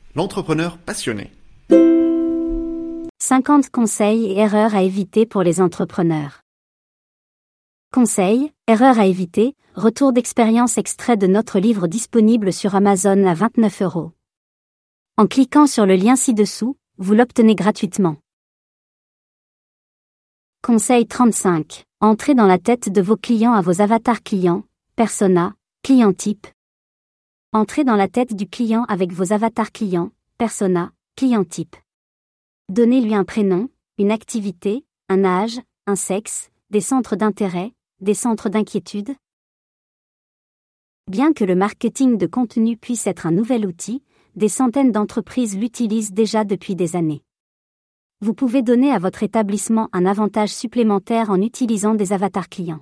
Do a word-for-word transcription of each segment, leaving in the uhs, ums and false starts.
l'entrepreneur passionné. cinquante conseils et erreurs à éviter pour les entrepreneurs. Conseils, erreurs à éviter, retour d'expérience extrait de notre livre disponible sur Amazon à vingt-neuf euros. En cliquant sur le lien ci-dessous, vous l'obtenez gratuitement. Conseil trente-cinq. Entrez dans la tête de vos clients à vos avatars clients, persona, client type. Entrez dans la tête du client avec vos avatars clients, persona, client type. Donnez-lui un prénom, une activité, un âge, un sexe, des centres d'intérêt, des centres d'inquiétude. Bien que le marketing de contenu puisse être un nouvel outil, des centaines d'entreprises l'utilisent déjà depuis des années. Vous pouvez donner à votre établissement un avantage supplémentaire en utilisant des avatars clients.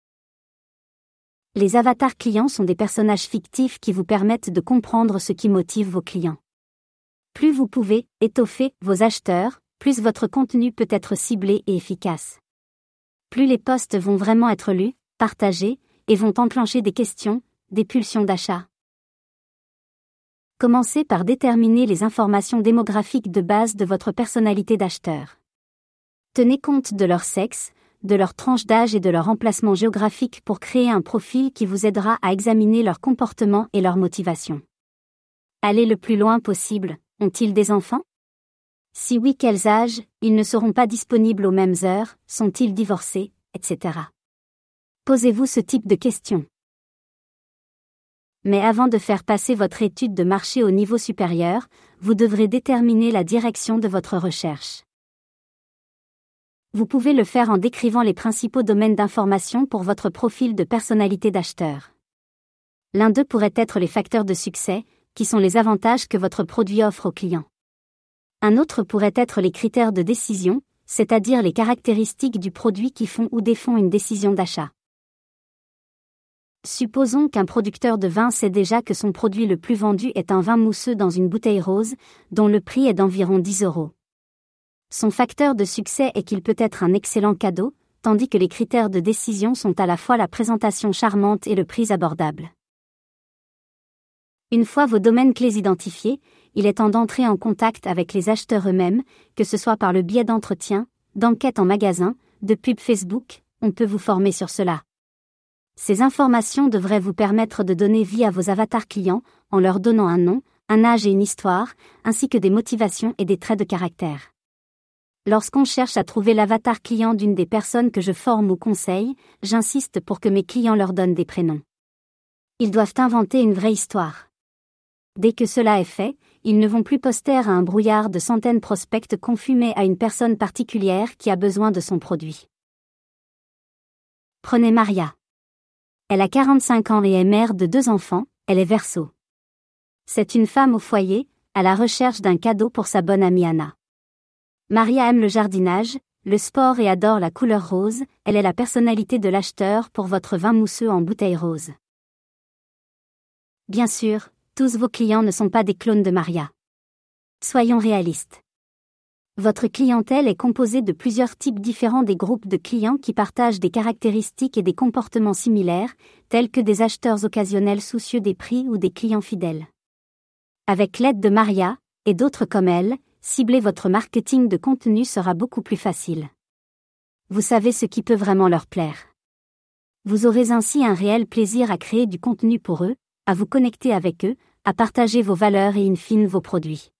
Les avatars clients sont des personnages fictifs qui vous permettent de comprendre ce qui motive vos clients. Plus vous pouvez étoffer vos acheteurs, plus votre contenu peut être ciblé et efficace. Plus les posts vont vraiment être lus, partagés, et vont enclencher des questions, des pulsions d'achat. Commencez par déterminer les informations démographiques de base de votre personnalité d'acheteur. Tenez compte de leur sexe, de leur tranche d'âge et de leur emplacement géographique pour créer un profil qui vous aidera à examiner leur comportement et leur motivation. Allez le plus loin possible, ont-ils des enfants? Si oui, quels âges, ils ne seront pas disponibles aux mêmes heures, sont-ils divorcés, et cetera. Posez-vous ce type de questions. Mais avant de faire passer votre étude de marché au niveau supérieur, vous devrez déterminer la direction de votre recherche. Vous pouvez le faire en décrivant les principaux domaines d'information pour votre profil de personnalité d'acheteur. L'un d'eux pourrait être les facteurs de succès, qui sont les avantages que votre produit offre aux clients. Un autre pourrait être les critères de décision, c'est-à-dire les caractéristiques du produit qui font ou défont une décision d'achat. Supposons qu'un producteur de vin sait déjà que son produit le plus vendu est un vin mousseux dans une bouteille rose, dont le prix est d'environ dix euros. Son facteur de succès est qu'il peut être un excellent cadeau, tandis que les critères de décision sont à la fois la présentation charmante et le prix abordable. Une fois vos domaines clés identifiés, il est temps d'entrer en contact avec les acheteurs eux-mêmes, que ce soit par le biais d'entretiens, d'enquêtes en magasin, de pubs Facebook, on peut vous former sur cela. Ces informations devraient vous permettre de donner vie à vos avatars clients, en leur donnant un nom, un âge et une histoire, ainsi que des motivations et des traits de caractère. Lorsqu'on cherche à trouver l'avatar client d'une des personnes que je forme ou conseille, j'insiste pour que mes clients leur donnent des prénoms. Ils doivent inventer une vraie histoire. Dès que cela est fait, ils ne vont plus poster à un brouillard de centaines prospects confus mais à une personne particulière qui a besoin de son produit. Prenez Maria. Elle a quarante-cinq ans et est mère de deux enfants, elle est Verseau. C'est une femme au foyer, à la recherche d'un cadeau pour sa bonne amie Anna. Maria aime le jardinage, le sport et adore la couleur rose, elle est la personnalité de l'acheteur pour votre vin mousseux en bouteille rose. Bien sûr, tous vos clients ne sont pas des clones de Maria. Soyons réalistes. Votre clientèle est composée de plusieurs types différents des groupes de clients qui partagent des caractéristiques et des comportements similaires, tels que des acheteurs occasionnels soucieux des prix ou des clients fidèles. Avec l'aide de Maria, et d'autres comme elle, cibler votre marketing de contenu sera beaucoup plus facile. Vous savez ce qui peut vraiment leur plaire. Vous aurez ainsi un réel plaisir à créer du contenu pour eux, à vous connecter avec eux, à partager vos valeurs et in fine vos produits.